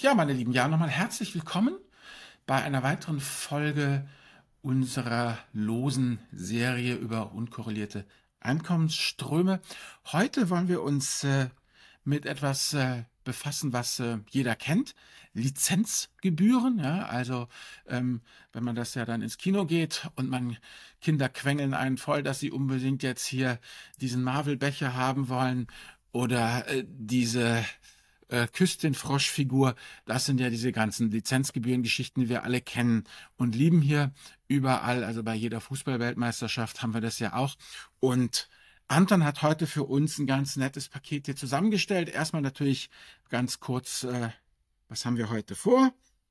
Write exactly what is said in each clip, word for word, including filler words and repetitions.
Ja, meine Lieben, ja, nochmal herzlich willkommen bei einer weiteren Folge unserer losen Serie über unkorrelierte Einkommensströme. Heute wollen wir uns äh, mit etwas äh, befassen, was äh, jeder kennt: Lizenzgebühren. Ja, also ähm, wenn man das ja dann ins Kino geht und man Kinder quengeln einen voll, dass sie unbedingt jetzt hier diesen Marvel-Becher haben wollen oder äh, diese äh, Küss den Frosch-Figur. Das sind ja diese ganzen Lizenzgebührengeschichten, die wir alle kennen und lieben hier überall. Also bei jeder Fußball-Weltmeisterschaft haben wir das ja auch. Und Anton hat heute für uns ein ganz nettes Paket hier zusammengestellt. Erstmal natürlich ganz kurz, äh, was haben wir heute vor?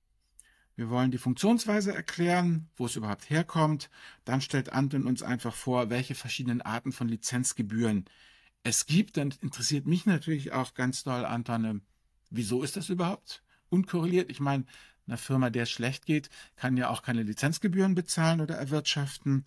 Wir wollen die Funktionsweise erklären, wo es überhaupt herkommt. Dann stellt Anton uns einfach vor, welche verschiedenen Arten von Lizenzgebühren es gibt. Dann interessiert mich natürlich auch ganz doll, Anton, äh, wieso ist das überhaupt unkorreliert? Ich meine, einer Firma, der es schlecht geht, kann ja auch keine Lizenzgebühren bezahlen oder erwirtschaften.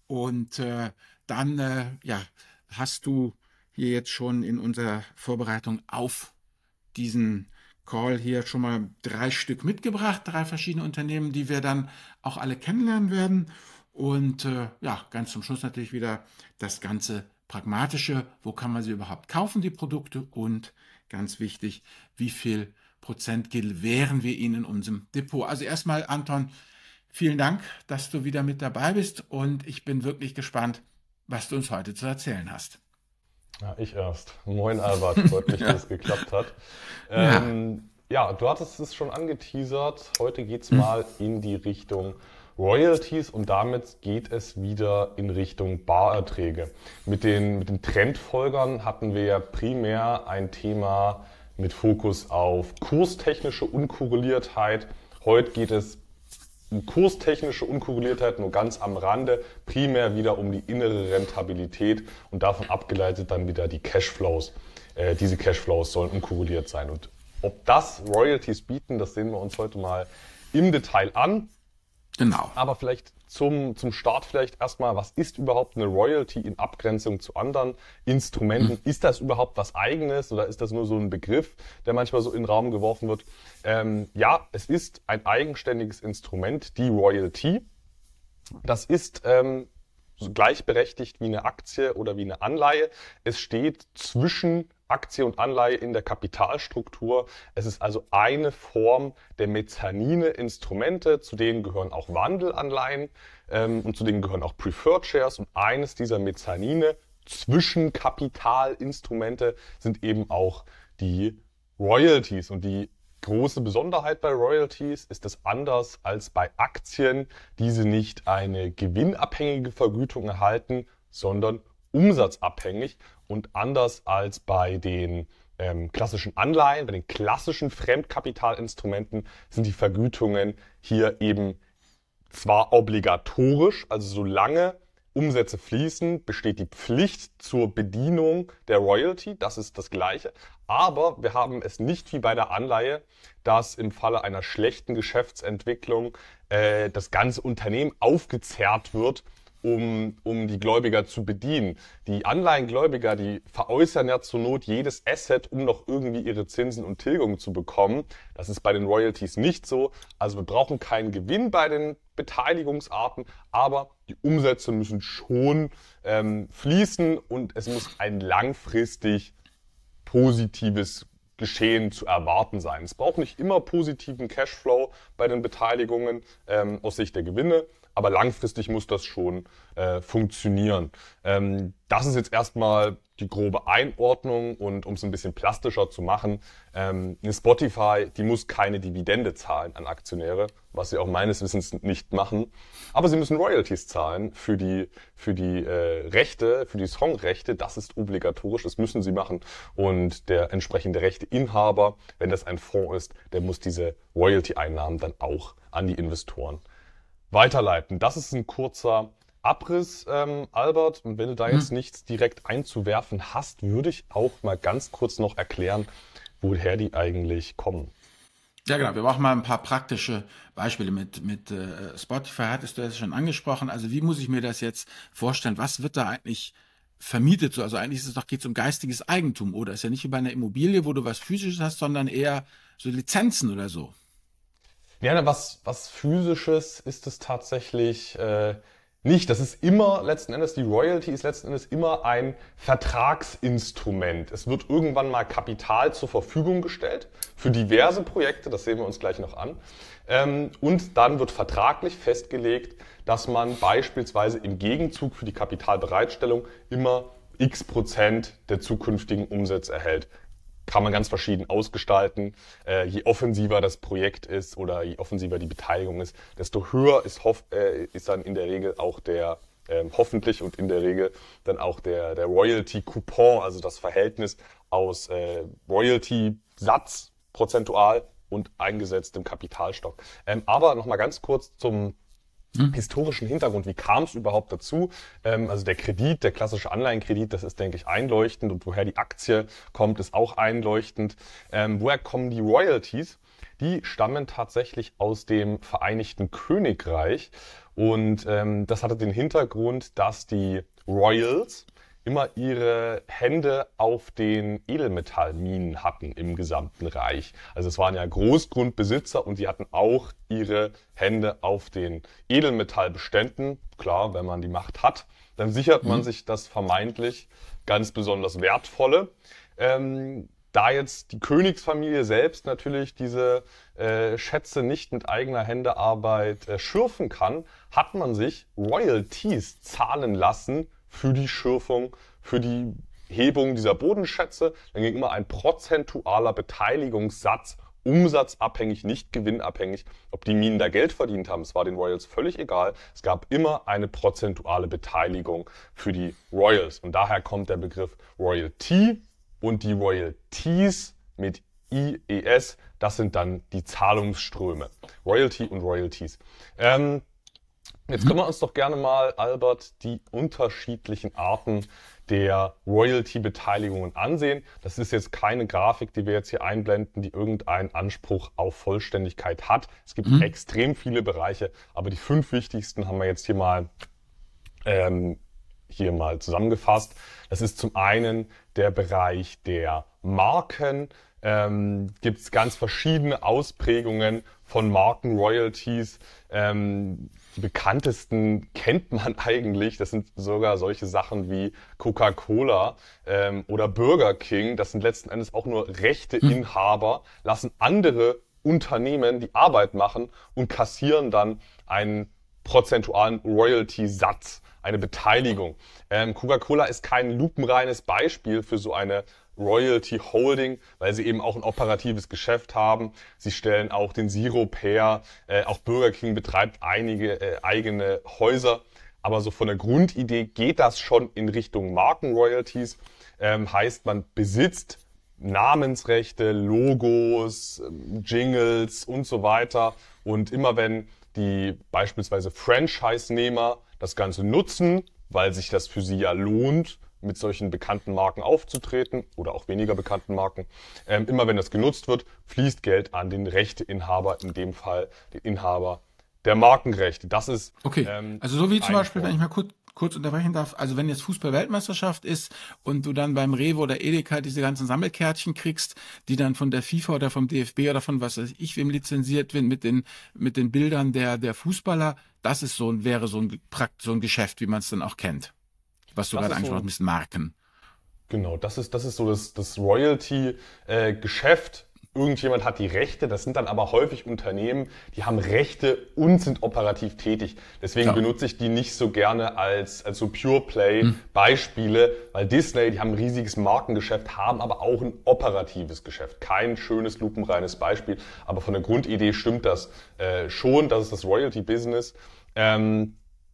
Und äh, dann äh, ja, hast du hier jetzt schon in unserer Vorbereitung auf diesen Call hier schon mal drei Stück mitgebracht, drei verschiedene Unternehmen, die wir dann auch alle kennenlernen werden. Und äh, ja, ganz zum Schluss natürlich wieder das ganze Pragmatische: Wo kann man sie überhaupt kaufen, die Produkte? Und ganz wichtig, wie viel Prozent gewähren wir ihnen in unserem Depot? Also erstmal, Anton, vielen Dank, dass du wieder mit dabei bist, und ich bin wirklich gespannt, was du uns heute zu erzählen hast. Ja, ich erst. Moin Albert, freut mich, Ja. dass es geklappt hat. Ja. Ähm, ja, du hattest es schon angeteasert. Heute geht's Hm. mal in die Richtung Royalties und damit geht es wieder in Richtung Barerträge. Mit den, mit den Trendfolgern hatten wir ja primär ein Thema mit Fokus auf kurstechnische Unkorreliertheit. Heute geht es um kurstechnische Unkorreliertheit nur ganz am Rande, primär wieder um die innere Rentabilität und davon abgeleitet dann wieder die Cashflows. Äh, diese Cashflows sollen unkorreliert sein. Und ob das Royalties bieten, das sehen wir uns heute mal im Detail an. Genau. Aber vielleicht zum, zum Start vielleicht erstmal, was ist überhaupt eine Royalty in Abgrenzung zu anderen Instrumenten? Hm. Ist das überhaupt was Eigenes oder ist das nur so ein Begriff, der manchmal so in den Raum geworfen wird? Ähm, ja, es ist ein eigenständiges Instrument, die Royalty. Das ist ähm, so gleichberechtigt wie eine Aktie oder wie eine Anleihe. Es steht zwischen Aktie und Anleihe in der Kapitalstruktur. Es ist also eine Form der Mezzanine-Instrumente. Zu denen gehören auch Wandelanleihen ähm, und zu denen gehören auch Preferred Shares. Und eines dieser Mezzanine Zwischenkapitalinstrumente sind eben auch die Royalties. Und die große Besonderheit bei Royalties ist, dass anders als bei Aktien diese nicht eine gewinnabhängige Vergütung erhalten, sondern umsatzabhängig, und anders als bei den ähm, klassischen Anleihen, bei den klassischen Fremdkapitalinstrumenten sind die Vergütungen hier eben zwar obligatorisch, also solange Umsätze fließen, besteht die Pflicht zur Bedienung der Royalty, das ist das Gleiche, aber wir haben es nicht wie bei der Anleihe, dass im Falle einer schlechten Geschäftsentwicklung äh, das ganze Unternehmen aufgezehrt wird, um, um die Gläubiger zu bedienen. Die Anleihengläubiger, die veräußern ja zur Not jedes Asset, um noch irgendwie ihre Zinsen und Tilgungen zu bekommen. Das ist bei den Royalties nicht so. Also wir brauchen keinen Gewinn bei den Beteiligungsarten, aber die Umsätze müssen schon ähm, fließen und es muss ein langfristig positives Geschehen zu erwarten sein. Es braucht nicht immer positiven Cashflow bei den Beteiligungen ähm, aus Sicht der Gewinne, aber langfristig muss das schon äh, funktionieren. Ähm, das ist jetzt erstmal die grobe Einordnung, und um es ein bisschen plastischer zu machen, ähm, eine Spotify, die muss keine Dividende zahlen an Aktionäre, was sie auch meines Wissens nicht machen, aber sie müssen Royalties zahlen für die, für die äh, Rechte, für die Songrechte. Das ist obligatorisch, das müssen sie machen, und der entsprechende Rechteinhaber, wenn das ein Fonds ist, der muss diese Royalty-Einnahmen dann auch an die Investoren weiterleiten. Das ist ein kurzer Abriss, ähm, Albert. Und wenn du da jetzt Hm. nichts direkt einzuwerfen hast, würde ich auch mal ganz kurz noch erklären, woher die eigentlich kommen. Ja, genau. Wir brauchen mal ein paar praktische Beispiele mit, mit äh, Spotify. Hattest du das schon angesprochen? Also wie muss ich mir das jetzt vorstellen? Was wird da eigentlich vermietet. So. Also eigentlich ist es doch, geht es um geistiges Eigentum, oder? Ist ja nicht wie bei einer Immobilie, wo du was Physisches hast, sondern eher so Lizenzen oder so. Ja, was, was Physisches ist es tatsächlich äh, nicht. Das ist immer, letzten Endes, die Royalty ist letzten Endes immer ein Vertragsinstrument. Es wird irgendwann mal Kapital zur Verfügung gestellt für diverse Projekte, das sehen wir uns gleich noch an. Ähm, und dann wird vertraglich festgelegt, dass man beispielsweise im Gegenzug für die Kapitalbereitstellung immer x Prozent der zukünftigen Umsätze erhält. Kann man ganz verschieden ausgestalten. Äh, je offensiver das Projekt ist oder je offensiver die Beteiligung ist, desto höher ist, hoff, äh, ist dann in der Regel auch der, äh, hoffentlich und in der Regel dann auch der, der Royalty-Coupon, also das Verhältnis aus äh, Royalty-Satz prozentual und eingesetztem Kapitalstock. Ähm, aber nochmal ganz kurz zum Hm. historischen Hintergrund. Wie kam es überhaupt dazu? Ähm, also der Kredit, der klassische Anleihenkredit, das ist, denke ich, einleuchtend. Und woher die Aktie kommt, ist auch einleuchtend. Ähm, woher kommen die Royalties? Die stammen tatsächlich aus dem Vereinigten Königreich. Und ähm, das hatte den Hintergrund, dass die Royals immer ihre Hände auf den Edelmetallminen hatten im gesamten Reich. Also es waren ja Großgrundbesitzer und die hatten auch ihre Hände auf den Edelmetallbeständen. Klar, wenn man die Macht hat, dann sichert man mhm. sich das vermeintlich ganz besonders Wertvolle. Ähm, da jetzt die Königsfamilie selbst natürlich diese äh, Schätze nicht mit eigener Händearbeit äh, schürfen kann, hat man sich Royalties zahlen lassen für die Schürfung, für die Hebung dieser Bodenschätze. Dann ging immer ein prozentualer Beteiligungssatz, umsatzabhängig, nicht gewinnabhängig, ob die Minen da Geld verdient haben. Es war den Royals völlig egal. Es gab immer eine prozentuale Beteiligung für die Royals. Und daher kommt der Begriff Royalty und die Royalties mit I E S. Das sind dann die Zahlungsströme. Royalty und Royalties. Ähm, Jetzt können wir uns doch gerne mal, Albert, die unterschiedlichen Arten der Royalty-Beteiligungen ansehen. Das ist jetzt keine Grafik, die wir jetzt hier einblenden, die irgendeinen Anspruch auf Vollständigkeit hat. Es gibt mhm. extrem viele Bereiche, aber die fünf wichtigsten haben wir jetzt hier mal, ähm, hier mal zusammengefasst. Das ist zum einen der Bereich der Marken. Ähm, gibt es ganz verschiedene Ausprägungen von Marken-Royalties. Ähm, die bekanntesten kennt man eigentlich. Das sind sogar solche Sachen wie Coca-Cola ähm, oder Burger King. Das sind letzten Endes auch nur Rechteinhaber, lassen andere Unternehmen die Arbeit machen und kassieren dann einen prozentualen Royalty-Satz, eine Beteiligung. Ähm, Coca-Cola ist kein lupenreines Beispiel für so eine Royalty Holding, weil sie eben auch ein operatives Geschäft haben. Sie stellen auch den Sirup her. Äh, auch Burger King betreibt einige äh, eigene Häuser. Aber so von der Grundidee geht das schon in Richtung Markenroyalties. Ähm, heißt, man besitzt Namensrechte, Logos, Jingles und so weiter. Und immer wenn die beispielsweise Franchise-Nehmer das Ganze nutzen, weil sich das für sie ja lohnt, mit solchen bekannten Marken aufzutreten oder auch weniger bekannten Marken. Ähm, immer wenn das genutzt wird, fließt Geld an den Rechteinhaber, in dem Fall den Inhaber der Markenrechte. Das ist okay. Ähm, also so wie zum Beispiel, wenn ich mal kurz, kurz unterbrechen darf, also wenn jetzt Fußball-Weltmeisterschaft ist und du dann beim Rewe oder Edeka diese ganzen Sammelkärtchen kriegst, die dann von der FIFA oder vom D F B oder von was weiß ich wem lizenziert werden mit den mit den Bildern der der Fußballer, das ist so ein wäre so ein so ein Geschäft, wie man es dann auch kennt. Was du das gerade angesprochen hast, so, mit Marken. Genau, das ist, das ist so das, das Royalty-Geschäft. Äh, Irgendjemand hat die Rechte, das sind dann aber häufig Unternehmen, die haben Rechte und sind operativ tätig. Deswegen ja. benutze ich die nicht so gerne als, als so Pure-Play-Beispiele, hm. weil Disney, die haben ein riesiges Markengeschäft, haben aber auch ein operatives Geschäft. Kein schönes, lupenreines Beispiel, aber von der Grundidee stimmt das äh, schon, das ist das Royalty-Business. Ähm,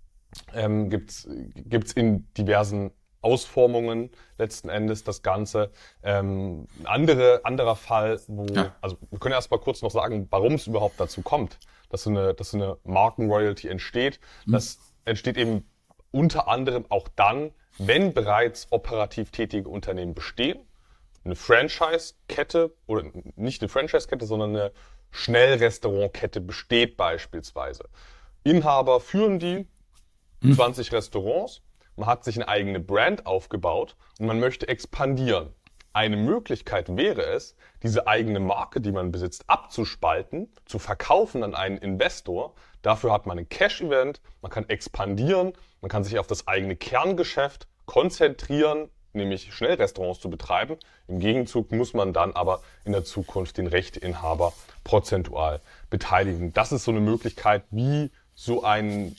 Ähm, gibt's gibt's in diversen Ausformungen letzten Endes das Ganze. Ähm, andere, anderer Fall, wo, ja. also wir können erst mal kurz noch sagen, warum es überhaupt dazu kommt, dass so eine, dass so eine Markenroyalty entsteht. Mhm. Das entsteht eben unter anderem auch dann, wenn bereits operativ tätige Unternehmen bestehen, eine Franchise-Kette oder nicht eine Franchise-Kette, sondern eine Schnellrestaurantkette besteht beispielsweise. Inhaber führen die zwanzig Restaurants man hat sich eine eigene Brand aufgebaut und man möchte expandieren. Eine Möglichkeit wäre es, diese eigene Marke, die man besitzt, abzuspalten, zu verkaufen an einen Investor. Dafür hat man ein Cash-Event, man kann expandieren, man kann sich auf das eigene Kerngeschäft konzentrieren, nämlich Schnellrestaurants zu betreiben. Im Gegenzug muss man dann aber in der Zukunft den Rechteinhaber prozentual beteiligen. Das ist so eine Möglichkeit, wie so ein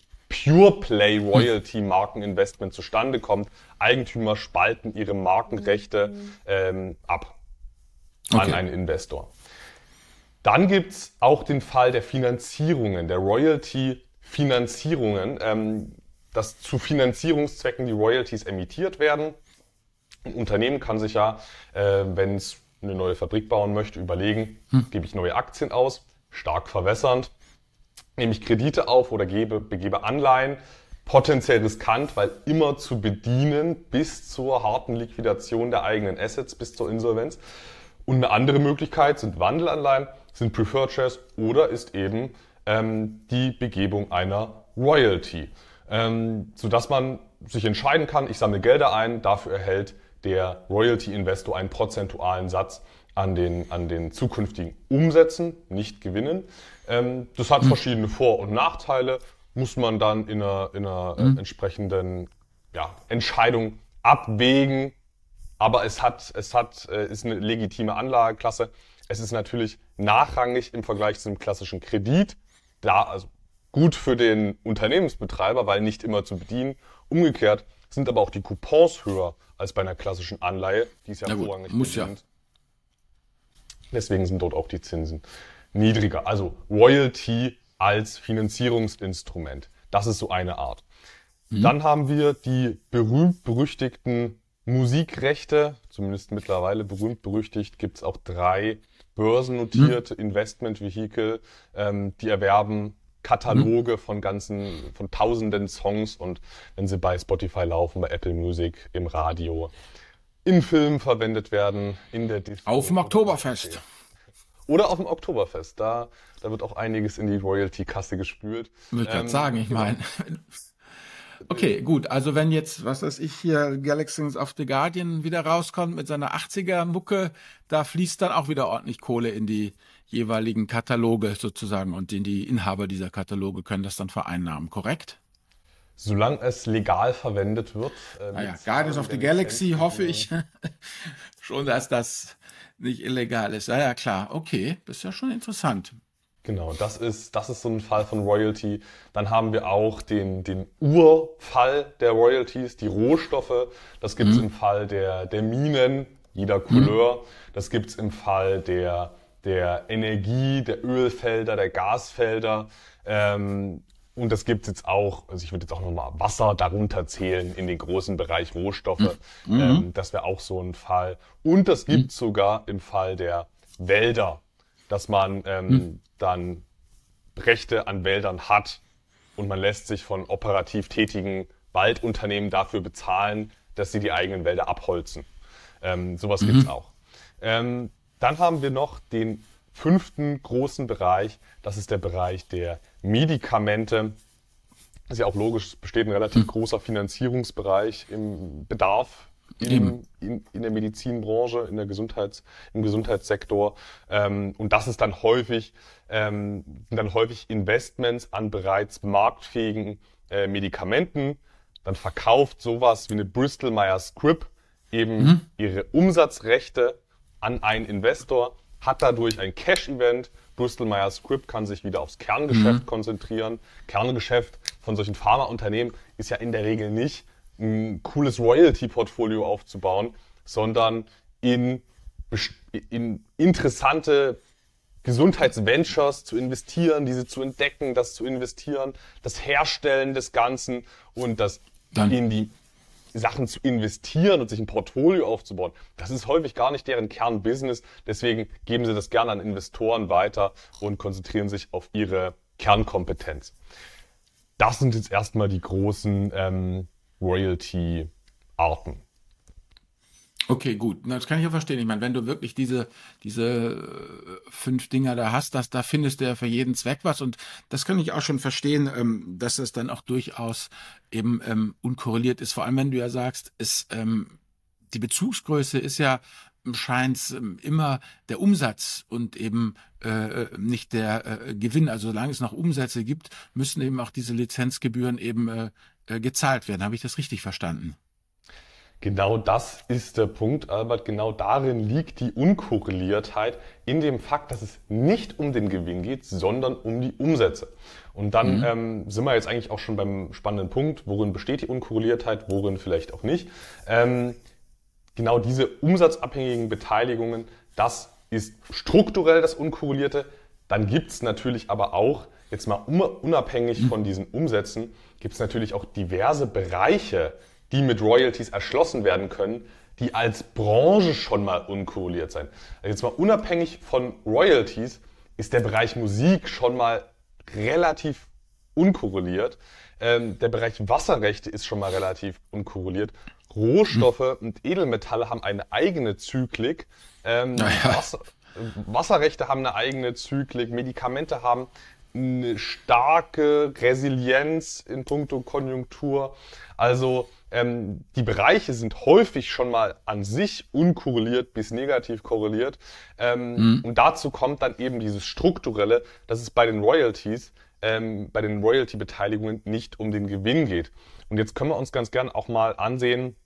Pure-Play-Royalty-Markeninvestment zustande kommt. Eigentümer spalten ihre Markenrechte ähm, ab an Okay. einen Investor. Dann gibt's auch den Fall der Finanzierungen, der Royalty-Finanzierungen, ähm, dass zu Finanzierungszwecken die Royalties emittiert werden. Ein Unternehmen kann sich ja, äh, wenn es eine neue Fabrik bauen möchte, überlegen, Hm. gebe ich neue Aktien aus, stark verwässernd, nehme ich Kredite auf oder gebe, begebe Anleihen, potenziell riskant, weil immer zu bedienen bis zur harten Liquidation der eigenen Assets, bis zur Insolvenz. Und eine andere Möglichkeit sind Wandelanleihen, sind Preferred Shares oder ist eben ähm, die Begebung einer Royalty, ähm, sodass man sich entscheiden kann, ich sammle Gelder ein, dafür erhält der Royalty-Investor einen prozentualen Satz an den, an den zukünftigen Umsätzen, nicht Gewinnen. Ähm, das hat verschiedene Vor- und Nachteile, muss man dann in einer, in einer äh, entsprechenden ja, Entscheidung abwägen. Aber es hat, es hat, äh, ist eine legitime Anlageklasse. Es ist natürlich nachrangig im Vergleich zu einem klassischen Kredit, da also gut für den Unternehmensbetreiber, weil nicht immer zu bedienen. Umgekehrt sind aber auch die Coupons höher als bei einer klassischen Anleihe, die ist ja Na gut, vorrangig muss ja. bedient. Deswegen sind dort auch die Zinsen niedriger. Also Royalty als Finanzierungsinstrument. Das ist so eine Art. Dann haben wir die berühmt-berüchtigten Musikrechte, zumindest mittlerweile berühmt-berüchtigt, gibt es auch drei börsennotierte Investmentvehikel, ähm, die erwerben Kataloge von ganzen, von tausenden Songs und wenn sie bei Spotify laufen, bei Apple Music, im Radio, in Filmen verwendet werden, in der Disco. Auf dem Oktoberfest. Oder auf dem Oktoberfest. Da, da wird auch einiges in die Royalty-Kasse gespült. Würde ich gerade Ähm, sagen, ich meine. Okay, gut. Also wenn jetzt, was weiß ich, hier Galaxies of the Guardian wieder rauskommt mit seiner achtziger-Mucke, da fließt dann auch wieder ordentlich Kohle in die jeweiligen Kataloge sozusagen und in die Inhaber dieser Kataloge können das dann vereinnahmen, korrekt? Solange es legal verwendet wird. Äh, Naja, mit Guardians of the Zahlung der Galaxy Lizenzen, hoffe ich schon, dass das nicht illegal ist. Ja, ja, klar. Okay, das ist ja schon interessant. Genau, das ist, das ist so ein Fall von Royalty. Dann haben wir auch den, den Urfall der Royalties, die Rohstoffe. Das gibt es im Fall der, der Minen, jeder Couleur. Das gibt es im Fall der, der Energie, der Ölfelder, der Gasfelder. Ähm, und das gibt es jetzt auch, also ich würde jetzt auch nochmal Wasser darunter zählen in den großen Bereich Rohstoffe. Ähm, das wäre auch so ein Fall. Und das gibt es sogar im Fall der Wälder, dass man ähm, dann Rechte an Wäldern hat und man lässt sich von operativ tätigen Waldunternehmen dafür bezahlen, dass sie die eigenen Wälder abholzen. Ähm, sowas Mhm. gibt's auch. Ähm, dann haben wir noch den fünften großen Bereich, das ist der Bereich der Medikamente. Das ist ja auch logisch, es besteht ein relativ großer Finanzierungsbereich im Bedarf in, Eben. in, in der Medizinbranche, in der Gesundheits, im Gesundheitssektor. Ähm, und das ist dann häufig, ähm, sind dann häufig Investments an bereits marktfähigen äh, Medikamenten. Dann verkauft sowas wie eine Bristol Myers Squibb eben ihre Umsatzrechte an einen Investor, hat dadurch ein Cash-Event. Bristol Myers Squibb kann sich wieder aufs Kerngeschäft konzentrieren. Kerngeschäft von solchen Pharmaunternehmen ist ja in der Regel nicht ein cooles Royalty-Portfolio aufzubauen, sondern in, best- in interessante Gesundheitsventures zu investieren, diese zu entdecken, das zu investieren, das Herstellen des Ganzen und das Dann- in die Sachen zu investieren und sich ein Portfolio aufzubauen. Das ist häufig gar nicht deren Kernbusiness. Deswegen geben sie das gerne an Investoren weiter und konzentrieren sich auf ihre Kernkompetenz. Das sind jetzt erstmal die großen ähm, Royalty-Arten. Okay, gut. Na, das kann ich ja verstehen. Ich meine, wenn du wirklich diese, diese äh, fünf Dinger da hast, das, da findest du ja für jeden Zweck was. Und das kann ich auch schon verstehen, ähm, dass das dann auch durchaus eben ähm, unkorreliert ist. Vor allem, wenn du ja sagst, es, ähm, die Bezugsgröße ist ja scheint ähm, immer der Umsatz und eben äh, äh, nicht der äh, Gewinn. Also solange es noch Umsätze gibt, müssen eben auch diese Lizenzgebühren eben äh, äh, gezahlt werden. Habe ich das richtig verstanden? Genau das ist der Punkt, Albert. Genau darin liegt die Unkorreliertheit in dem Fakt, dass es nicht um den Gewinn geht, sondern um die Umsätze. Und dann Mhm. ähm, sind wir jetzt eigentlich auch schon beim spannenden Punkt, worin besteht die Unkorreliertheit, worin vielleicht auch nicht. Ähm, genau diese umsatzabhängigen Beteiligungen, das ist strukturell das Unkorrelierte. Dann gibt es natürlich aber auch, jetzt mal unabhängig von diesen Umsätzen, gibt es natürlich auch diverse Bereiche, die mit Royalties erschlossen werden können, die als Branche schon mal unkorreliert sein. Also jetzt mal unabhängig von Royalties ist der Bereich Musik schon mal relativ unkorreliert. Ähm, der Bereich Wasserrechte ist schon mal relativ unkorreliert. Rohstoffe und Edelmetalle haben eine eigene Zyklik. Ähm, Naja. Wasser, Wasserrechte haben eine eigene Zyklik. Medikamente haben eine starke Resilienz in puncto Konjunktur. Also ähm, die Bereiche sind häufig schon mal an sich unkorreliert bis negativ korreliert. Ähm, Mhm. und dazu kommt dann eben dieses Strukturelle, dass es bei den Royalties, ähm, bei den Royalty-Beteiligungen nicht um den Gewinn geht. Und jetzt können wir uns ganz gern auch mal ansehen,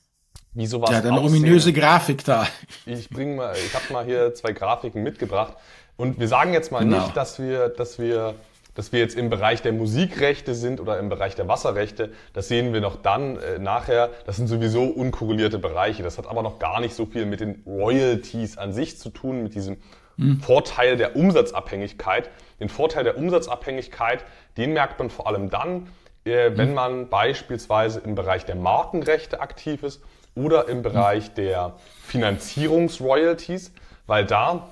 wie Der sowas hat eine aussehen. ominöse Grafik da. Ich bringe mal, ich habe mal hier zwei Grafiken mitgebracht und wir sagen jetzt mal Genau. nicht, dass wir, dass wir, dass wir jetzt im Bereich der Musikrechte sind oder im Bereich der Wasserrechte. Das sehen wir noch dann äh, nachher. Das sind sowieso unkorrelierte Bereiche. Das hat aber noch gar nicht so viel mit den Royalties an sich zu tun, mit diesem Vorteil der Umsatzabhängigkeit. Den Vorteil der Umsatzabhängigkeit, den merkt man vor allem dann, äh, wenn man beispielsweise im Bereich der Markenrechte aktiv ist oder im Bereich der Finanzierungsroyalties, weil da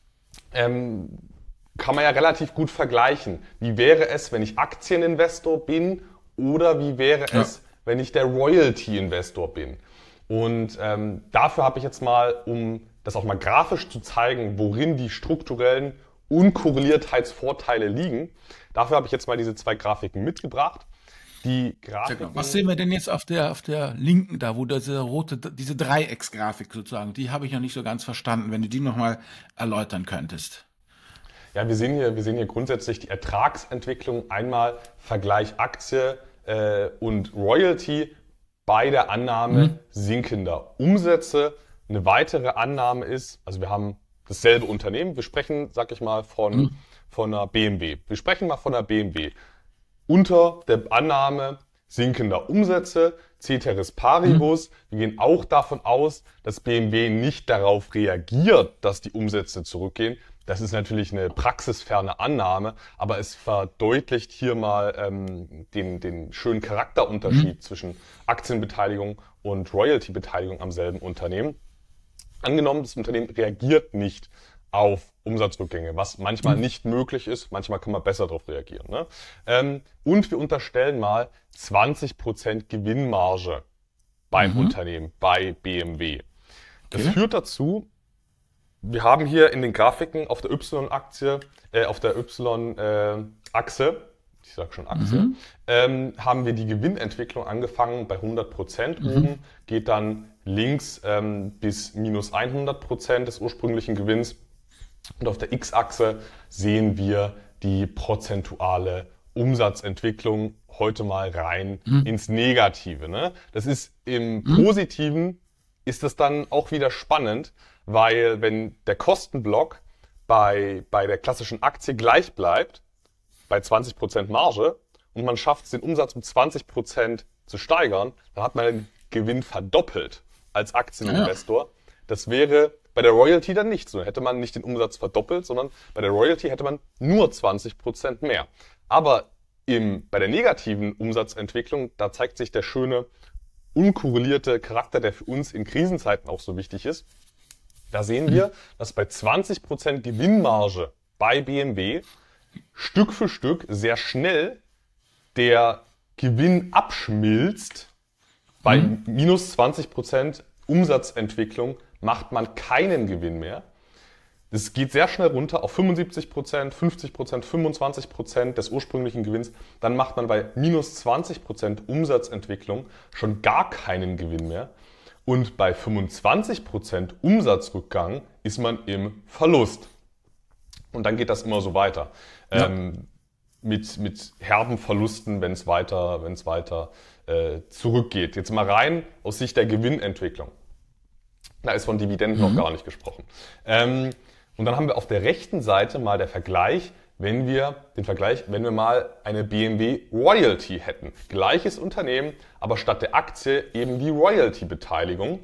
ähm, kann man ja relativ gut vergleichen. Wie wäre es, wenn ich Aktieninvestor bin oder wie wäre Ja. es, wenn ich der Royalty-Investor bin? Und ähm, dafür habe ich jetzt mal, um das auch mal grafisch zu zeigen, worin die strukturellen Unkorreliertheitsvorteile liegen, dafür habe ich jetzt mal diese zwei Grafiken mitgebracht. Die Sehr genau. Was Grafiken, sehen wir denn jetzt auf der, auf der linken da, wo diese rote, diese Dreiecksgrafik sozusagen, die habe ich noch nicht so ganz verstanden, wenn du die nochmal erläutern könntest. ja, wir sehen hier, wir sehen hier grundsätzlich die Ertragsentwicklung, einmal Vergleich Aktie äh, und Royalty bei der Annahme Mhm. sinkender Umsätze. Eine weitere Annahme ist, also wir haben dasselbe Unternehmen, wir sprechen, sag ich mal, von, Mhm. von einer B M W. Wir sprechen mal von einer B M W. Unter der Annahme sinkender Umsätze, Ceteris Mhm. paribus. Wir gehen auch davon aus, dass B M W nicht darauf reagiert, dass die Umsätze zurückgehen. Das ist natürlich eine praxisferne Annahme, aber es verdeutlicht hier mal ähm, den, den schönen Mhm. Charakterunterschied zwischen Aktienbeteiligung und Royalty-Beteiligung am selben Unternehmen. Angenommen, das Unternehmen reagiert nicht auf Umsatzrückgänge, was manchmal Mhm. nicht möglich ist, manchmal kann man besser darauf reagieren. Ne? Ähm, und wir unterstellen mal zwanzig Prozent Gewinnmarge beim Mhm. Unternehmen, bei B M W. Das Okay. führt dazu, wir haben hier in den Grafiken auf der Y-Aktie, äh, auf der Y-Achse, ich sage schon Achse, Mhm. ähm, haben wir die Gewinnentwicklung angefangen bei hundert Prozent Mhm. oben, geht dann links ähm, bis minus hundert Prozent des ursprünglichen Gewinns. Und auf der X-Achse sehen wir die prozentuale Umsatzentwicklung heute mal rein Mhm. ins Negative. Ne? Das ist im Mhm. Positiven ist das dann auch wieder spannend, weil wenn der Kostenblock bei, bei der klassischen Aktie gleich bleibt, bei zwanzig Prozent Marge und man schafft es, den Umsatz um zwanzig Prozent zu steigern, dann hat man den Gewinn verdoppelt als Ja, ja. Aktieninvestor. Das wäre bei der Royalty dann nicht so. Dann hätte man nicht den Umsatz verdoppelt, sondern bei der Royalty hätte man nur zwanzig Prozent mehr. Aber im, bei der negativen Umsatzentwicklung, da zeigt sich der schöne, unkorrelierte Charakter, der für uns in Krisenzeiten auch so wichtig ist. Da sehen Mhm. wir, dass bei zwanzig Prozent Gewinnmarge bei B M W Stück für Stück sehr schnell der Gewinn abschmilzt bei Mhm. minus zwanzig Prozent Umsatzentwicklung macht man keinen Gewinn mehr. Das geht sehr schnell runter auf fünfundsiebzig Prozent, fünfzig Prozent, fünfundzwanzig Prozent des ursprünglichen Gewinns. Dann macht man bei minus zwanzig Prozent Umsatzentwicklung schon gar keinen Gewinn mehr. Und bei fünfundzwanzig Prozent Umsatzrückgang ist man im Verlust. Und dann geht das immer so weiter. Ja. Ähm, mit, mit herben Verlusten, wenn es weiter, wenn es weiter äh, zurückgeht. Jetzt mal rein aus Sicht der Gewinnentwicklung. Da ist von Dividenden mhm. noch gar nicht gesprochen. Ähm, Und dann haben wir auf der rechten Seite mal der Vergleich, wenn wir den Vergleich, wenn wir mal eine B M W Royalty hätten. Gleiches Unternehmen, aber statt der Aktie eben die Royalty-Beteiligung.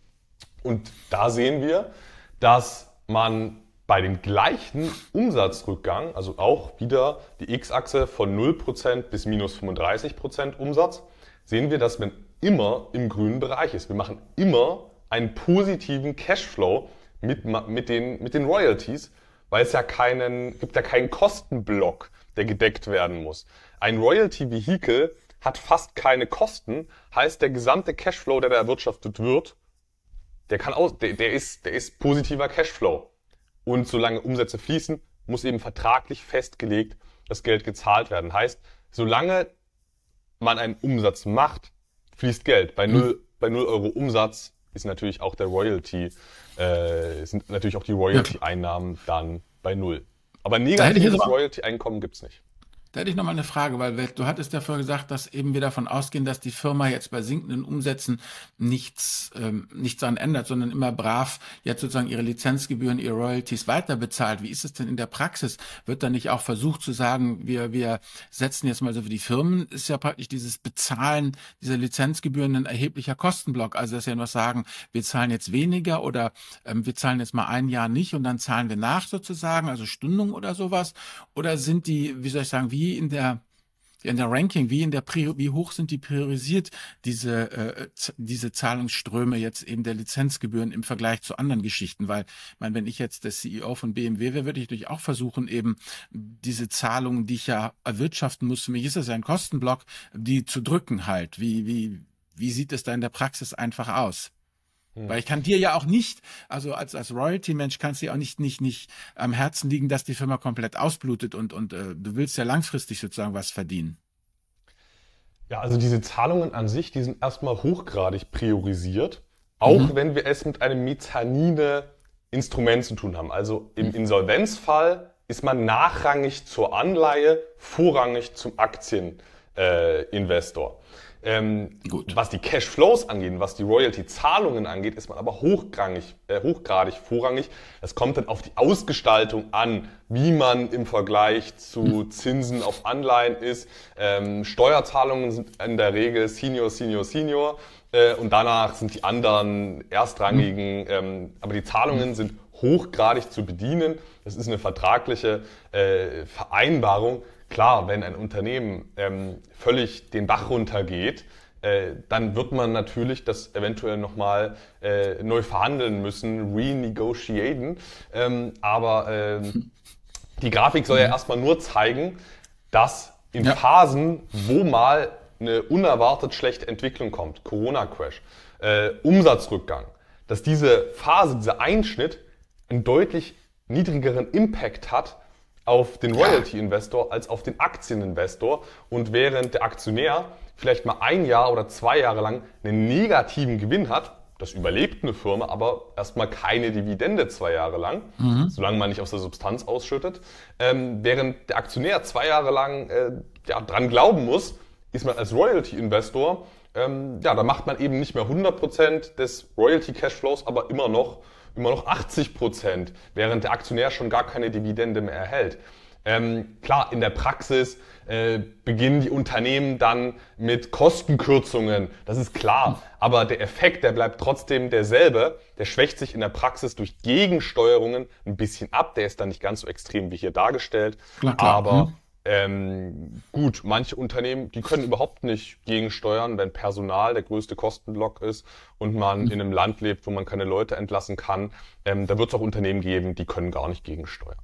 Und da sehen wir, dass man bei dem gleichen Umsatzrückgang, also auch wieder die X-Achse von null Prozent bis minus fünfunddreißig Prozent Umsatz, sehen wir, dass man immer im grünen Bereich ist. Wir machen immer einen positiven Cashflow Mit, mit, den, mit den Royalties, weil es ja keinen, gibt ja keinen Kostenblock, der gedeckt werden muss. Ein Royalty-Vehikel hat fast keine Kosten, heißt der gesamte Cashflow, der da erwirtschaftet wird, der kann aus, der, der ist, der ist positiver Cashflow. Und solange Umsätze fließen, muss eben vertraglich festgelegt das Geld gezahlt werden. Heißt, solange man einen Umsatz macht, fließt Geld. Bei null, mhm. bei null Euro Umsatz ist natürlich auch der Royalty, äh, sind natürlich auch die Royalty-Einnahmen dann bei null. Aber negatives Royalty-Einkommen gibt's nicht. Da hätte ich noch mal eine Frage, weil du hattest ja vorher gesagt, dass eben wir davon ausgehen, dass die Firma jetzt bei sinkenden Umsätzen nichts, ähm, nichts daran ändert, sondern immer brav jetzt sozusagen ihre Lizenzgebühren, ihre Royalties weiter bezahlt. Wie ist es denn in der Praxis? Wird da nicht auch versucht zu sagen, wir, wir setzen jetzt mal so für die Firmen, ist ja praktisch dieses Bezahlen dieser Lizenzgebühren ein erheblicher Kostenblock. Also dass wir nur sagen, wir zahlen jetzt weniger oder ähm, wir zahlen jetzt mal ein Jahr nicht und dann zahlen wir nach sozusagen, also Stundung oder sowas. Oder sind die, wie soll ich sagen, wie in der in der Ranking, wie in der Prior, wie hoch sind die priorisiert, diese äh, diese Zahlungsströme jetzt eben der Lizenzgebühren im Vergleich zu anderen Geschichten? Weil, ich meine, wenn ich jetzt der C E O von B M W wäre, würde ich natürlich auch versuchen, eben diese Zahlungen, die ich ja erwirtschaften muss, für mich ist das ja ein Kostenblock, die zu drücken halt. Wie, wie, wie sieht es da in der Praxis einfach aus? Weil ich kann dir ja auch nicht, also als als Royalty-Mensch kannst du ja auch nicht nicht nicht am Herzen liegen, dass die Firma komplett ausblutet und und äh, du willst ja langfristig sozusagen was verdienen. Ja, also diese Zahlungen an sich, die sind erstmal hochgradig priorisiert, auch mhm. wenn wir es mit einem Mezzanin-Instrument zu tun haben. Also im mhm. Insolvenzfall ist man nachrangig zur Anleihe, vorrangig zum Aktieninvestor. Ähm, Gut. Was die Cashflows angeht, was die Royalty-Zahlungen angeht, ist man aber hochgradig, äh, hochgradig vorrangig. Es kommt dann auf die Ausgestaltung an, wie man im Vergleich zu Zinsen auf Anleihen ist. Ähm, Steuerzahlungen sind in der Regel Senior, Senior, Senior äh, und danach sind die anderen erstrangigen, ähm, aber die Zahlungen sind hochgradig zu bedienen. Das ist eine vertragliche äh, Vereinbarung. Klar, wenn ein Unternehmen ähm, völlig den Bach runtergeht, äh, dann wird man natürlich das eventuell nochmal äh, neu verhandeln müssen, renegotiaten. Ähm, aber äh, die Grafik soll ja erstmal nur zeigen, dass in ja. Phasen, wo mal eine unerwartet schlechte Entwicklung kommt, Corona-Crash, äh, Umsatzrückgang, dass diese Phase, dieser Einschnitt einen deutlich niedrigeren Impact hat auf den Royalty-Investor als auf den Aktieninvestor. Und während der Aktionär vielleicht mal ein Jahr oder zwei Jahre lang einen negativen Gewinn hat, das überlebt eine Firma, aber erstmal keine Dividende zwei Jahre lang, mhm. solange man nicht aus der Substanz ausschüttet. Ähm, während der Aktionär zwei Jahre lang äh, ja, dran glauben muss, ist man als Royalty-Investor, ähm, ja, da macht man eben nicht mehr hundert Prozent des Royalty-Cashflows, aber immer noch immer noch achtzig Prozent, während der Aktionär schon gar keine Dividende mehr erhält. Ähm, klar, in der Praxis äh, beginnen die Unternehmen dann mit Kostenkürzungen, das ist klar, aber der Effekt, der bleibt trotzdem derselbe, der schwächt sich in der Praxis durch Gegensteuerungen ein bisschen ab, der ist dann nicht ganz so extrem wie hier dargestellt, klar, klar. aber hm. Ähm, gut, manche Unternehmen, die können überhaupt nicht gegensteuern, wenn Personal der größte Kostenblock ist und man mhm. in einem Land lebt, wo man keine Leute entlassen kann. Ähm, da wird es auch Unternehmen geben, die können gar nicht gegensteuern.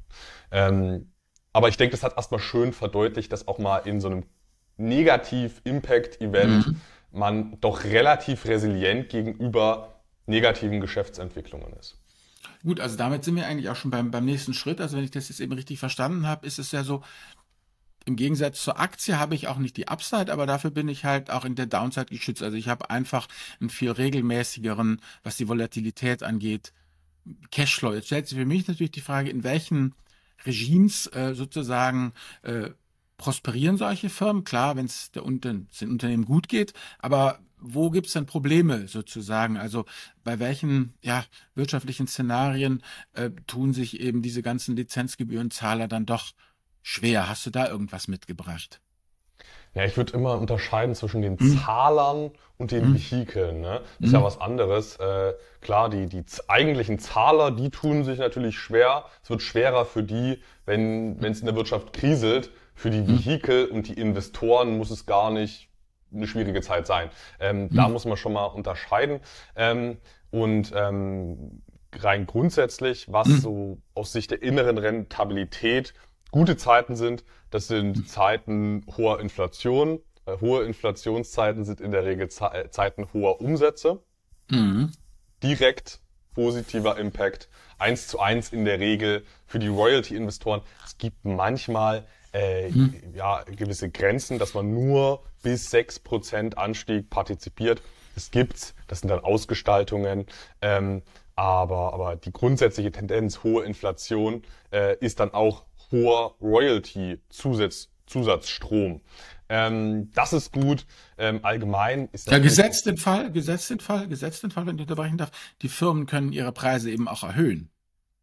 Ähm, aber ich denke, das hat erstmal schön verdeutlicht, dass auch mal in so einem Negativ-Impact-Event mhm. man doch relativ resilient gegenüber negativen Geschäftsentwicklungen ist. Gut, also damit sind wir eigentlich auch schon beim, beim nächsten Schritt. Also wenn ich das jetzt eben richtig verstanden habe, ist es ja so, im Gegensatz zur Aktie habe ich auch nicht die Upside, aber dafür bin ich halt auch in der Downside geschützt. Also ich habe einfach einen viel regelmäßigeren, was die Volatilität angeht, Cashflow. Jetzt stellt sich für mich natürlich die Frage, in welchen Regimes äh, sozusagen äh, prosperieren solche Firmen? Klar, wenn es der Unter den Unternehmen gut geht, aber wo gibt es denn Probleme sozusagen? Also bei welchen ja, wirtschaftlichen Szenarien äh, tun sich eben diese ganzen Lizenzgebührenzahler dann doch schwer? Hast du da irgendwas mitgebracht? Ja, ich würde immer unterscheiden zwischen den Hm? Zahlern und den Hm? Vehikeln, ne? Das ist ja Hm? was anderes. Äh, klar, die, die z- eigentlichen Zahler, die tun sich natürlich schwer. Es wird schwerer für die, wenn wenn es in der Wirtschaft kriselt. Für die Hm? Vehikel und die Investoren muss es gar nicht eine schwierige Zeit sein. Ähm, da Hm? muss man schon mal unterscheiden. Ähm, und ähm, rein grundsätzlich, was Hm? so aus Sicht der inneren Rentabilität gute Zeiten sind, das sind Zeiten hoher Inflation. Äh, hohe Inflationszeiten sind in der Regel Ze äh, Zeiten hoher Umsätze. Hm? Direkt positiver Impact. Eins zu eins in der Regel für die Royalty-Investoren. Es gibt manchmal äh, Hm? ja, gewisse Grenzen, dass man nur bis sechs Prozent Anstieg partizipiert. Das gibt's, das sind dann Ausgestaltungen. Ähm, aber, aber die grundsätzliche Tendenz, hohe Inflation, äh, ist dann auch hoher Royalty-Zusatzstrom. Ähm, das ist gut. Ähm, allgemein ist Ja, natürlich gesetzt den Fall, gesetzt den Fall, gesetzt den Fall, wenn ich unterbrechen darf, die Firmen können ihre Preise eben auch erhöhen.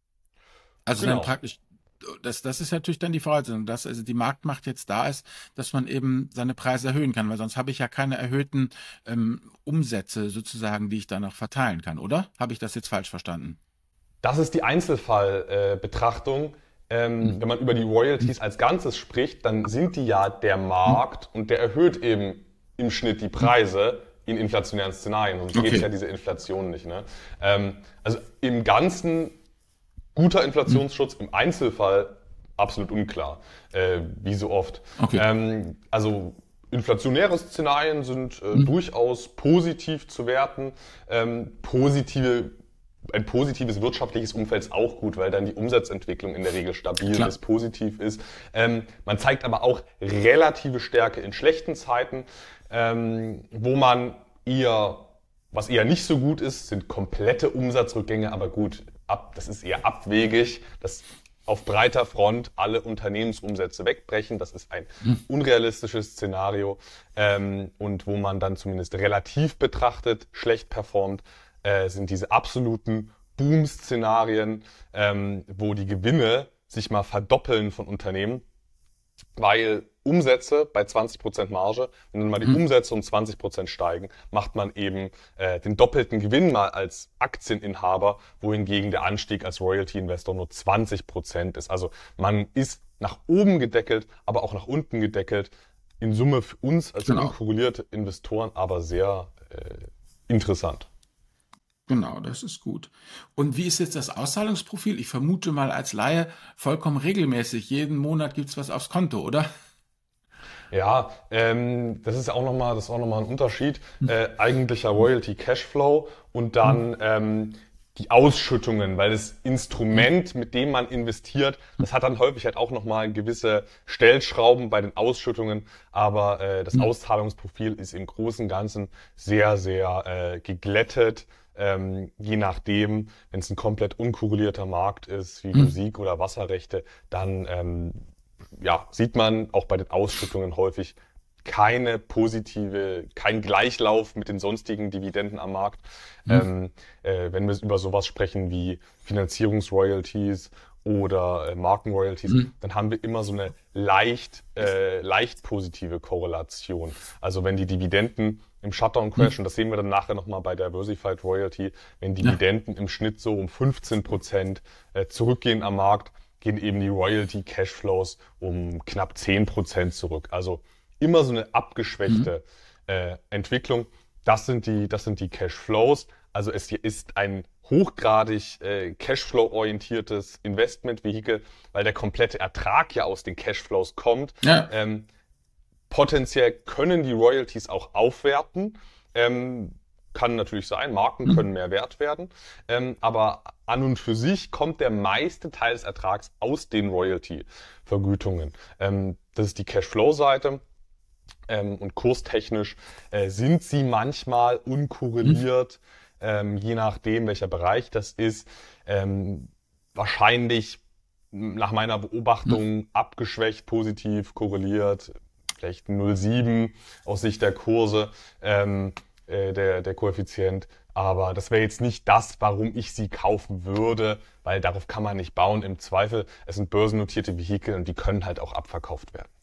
Also dann genau. praktisch, das, das ist natürlich dann die Voraussetzung, dass also die Marktmacht jetzt da ist, dass man eben seine Preise erhöhen kann, weil sonst habe ich ja keine erhöhten ähm, Umsätze sozusagen, die ich dann noch verteilen kann, oder? Habe ich das jetzt falsch verstanden? Das ist die Einzelfallbetrachtung. Äh, Betrachtung. Hm? Ähm, wenn man über die Hm? Royalties als Ganzes spricht, dann sind die ja der Hm? Markt und der erhöht eben im Schnitt die Hm? Preise in inflationären Szenarien. Sonst gäbe es ja Okay. diese Inflation nicht. Ne? Ähm, also im Ganzen guter Hm? Inflationsschutz, im Einzelfall absolut unklar, äh, wie so oft. Okay. Ähm, also inflationäre Szenarien sind äh, Hm? durchaus positiv zu werten. Ähm, positive Ein positives wirtschaftliches Umfeld ist auch gut, weil dann die Umsatzentwicklung in der Regel stabil Klar. bis positiv ist. Ähm, man zeigt aber auch relative Stärke in schlechten Zeiten, ähm, wo man eher, was eher nicht so gut ist, sind komplette Umsatzrückgänge, aber gut, ab, das ist eher abwegig, dass auf breiter Front alle Unternehmensumsätze wegbrechen. Das ist ein Hm? unrealistisches Szenario, ähm, und wo man dann zumindest relativ betrachtet schlecht performt, äh, sind diese absoluten Boom-Szenarien, ähm, wo die Gewinne sich mal verdoppeln von Unternehmen, weil Umsätze bei zwanzig Prozent Marge, wenn dann mal die Hm? Umsätze um zwanzig Prozent steigen, macht man eben äh, den doppelten Gewinn mal als Aktieninhaber, wohingegen der Anstieg als Royalty-Investor nur zwanzig Prozent ist. Also man ist nach oben gedeckelt, aber auch nach unten gedeckelt. In Summe für uns als Genau. unkorrelierte Investoren aber sehr äh, interessant. Genau, das ist gut. Und wie ist jetzt das Auszahlungsprofil? Ich vermute mal als Laie vollkommen regelmäßig. Jeden Monat gibt's was aufs Konto, oder? Ja, ähm, das ist auch nochmal, das ist auch nochmal ein Unterschied. Hm? Äh, eigentlicher Hm? Royalty Cashflow und Hm? dann ähm, die Ausschüttungen, weil das Hm? Instrument, mit dem man investiert, das hat dann häufig halt auch nochmal gewisse Stellschrauben bei den Ausschüttungen, aber äh, das Hm? Auszahlungsprofil ist im Großen und Ganzen sehr, sehr äh, geglättet. Ähm, je nachdem, wenn es ein komplett unkorrelierter Markt ist, wie Hm? Musik oder Wasserrechte, dann ähm, ja, sieht man auch bei den Ausschüttungen häufig keine positive, kein Gleichlauf mit den sonstigen Dividenden am Markt. Hm? Ähm, äh, wenn wir über sowas sprechen wie Finanzierungsroyalties oder äh, Markenroyalties, Hm? dann haben wir immer so eine leicht, äh, leicht positive Korrelation. Also wenn die Dividenden im Shutdown Hm? crashen, das sehen wir dann nachher nochmal bei Diversified Royalty, wenn Ja. Dividenden im Schnitt so um fünfzehn Prozent äh, zurückgehen am Markt, gehen eben die Royalty Cashflows um knapp zehn Prozent zurück. Also immer so eine Hm? abgeschwächte äh, Entwicklung. Das sind die, das sind die Cashflows. Also es hier ist ein hochgradig äh, Cashflow-orientiertes Investmentvehikel, weil der komplette Ertrag ja aus den Cashflows kommt. Ja. Ähm, potenziell können die Royalties auch aufwerten. Ähm, kann natürlich sein, Marken können mehr wert werden, ähm, aber an und für sich kommt der meiste Teil des Ertrags aus den Royalty-Vergütungen. Ähm, das ist die Cashflow-Seite. Ähm, und kurstechnisch äh, sind sie manchmal unkorreliert, ähm, je nachdem, welcher Bereich das ist. Ähm, wahrscheinlich nach meiner Beobachtung abgeschwächt, positiv korreliert, vielleicht null Komma sieben aus Sicht der Kurse, ähm, äh, der, der Koeffizient. Aber das wäre jetzt nicht das, warum ich sie kaufen würde, weil darauf kann man nicht bauen. Im Zweifel, es sind börsennotierte Vehikel und die können halt auch abverkauft werden.